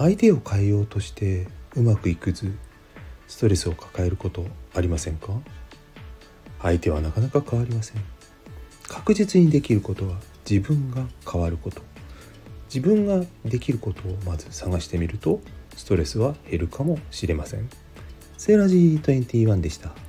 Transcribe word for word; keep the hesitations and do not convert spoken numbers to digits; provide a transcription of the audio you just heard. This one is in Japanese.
相手を変えようとしてうまくいくず、ストレスを抱えることありませんか？相手はなかなか変わりません。確実にできることは自分が変わること。自分ができることをまず探してみると、ストレスは減るかもしれません。セーラージにじゅういちでした。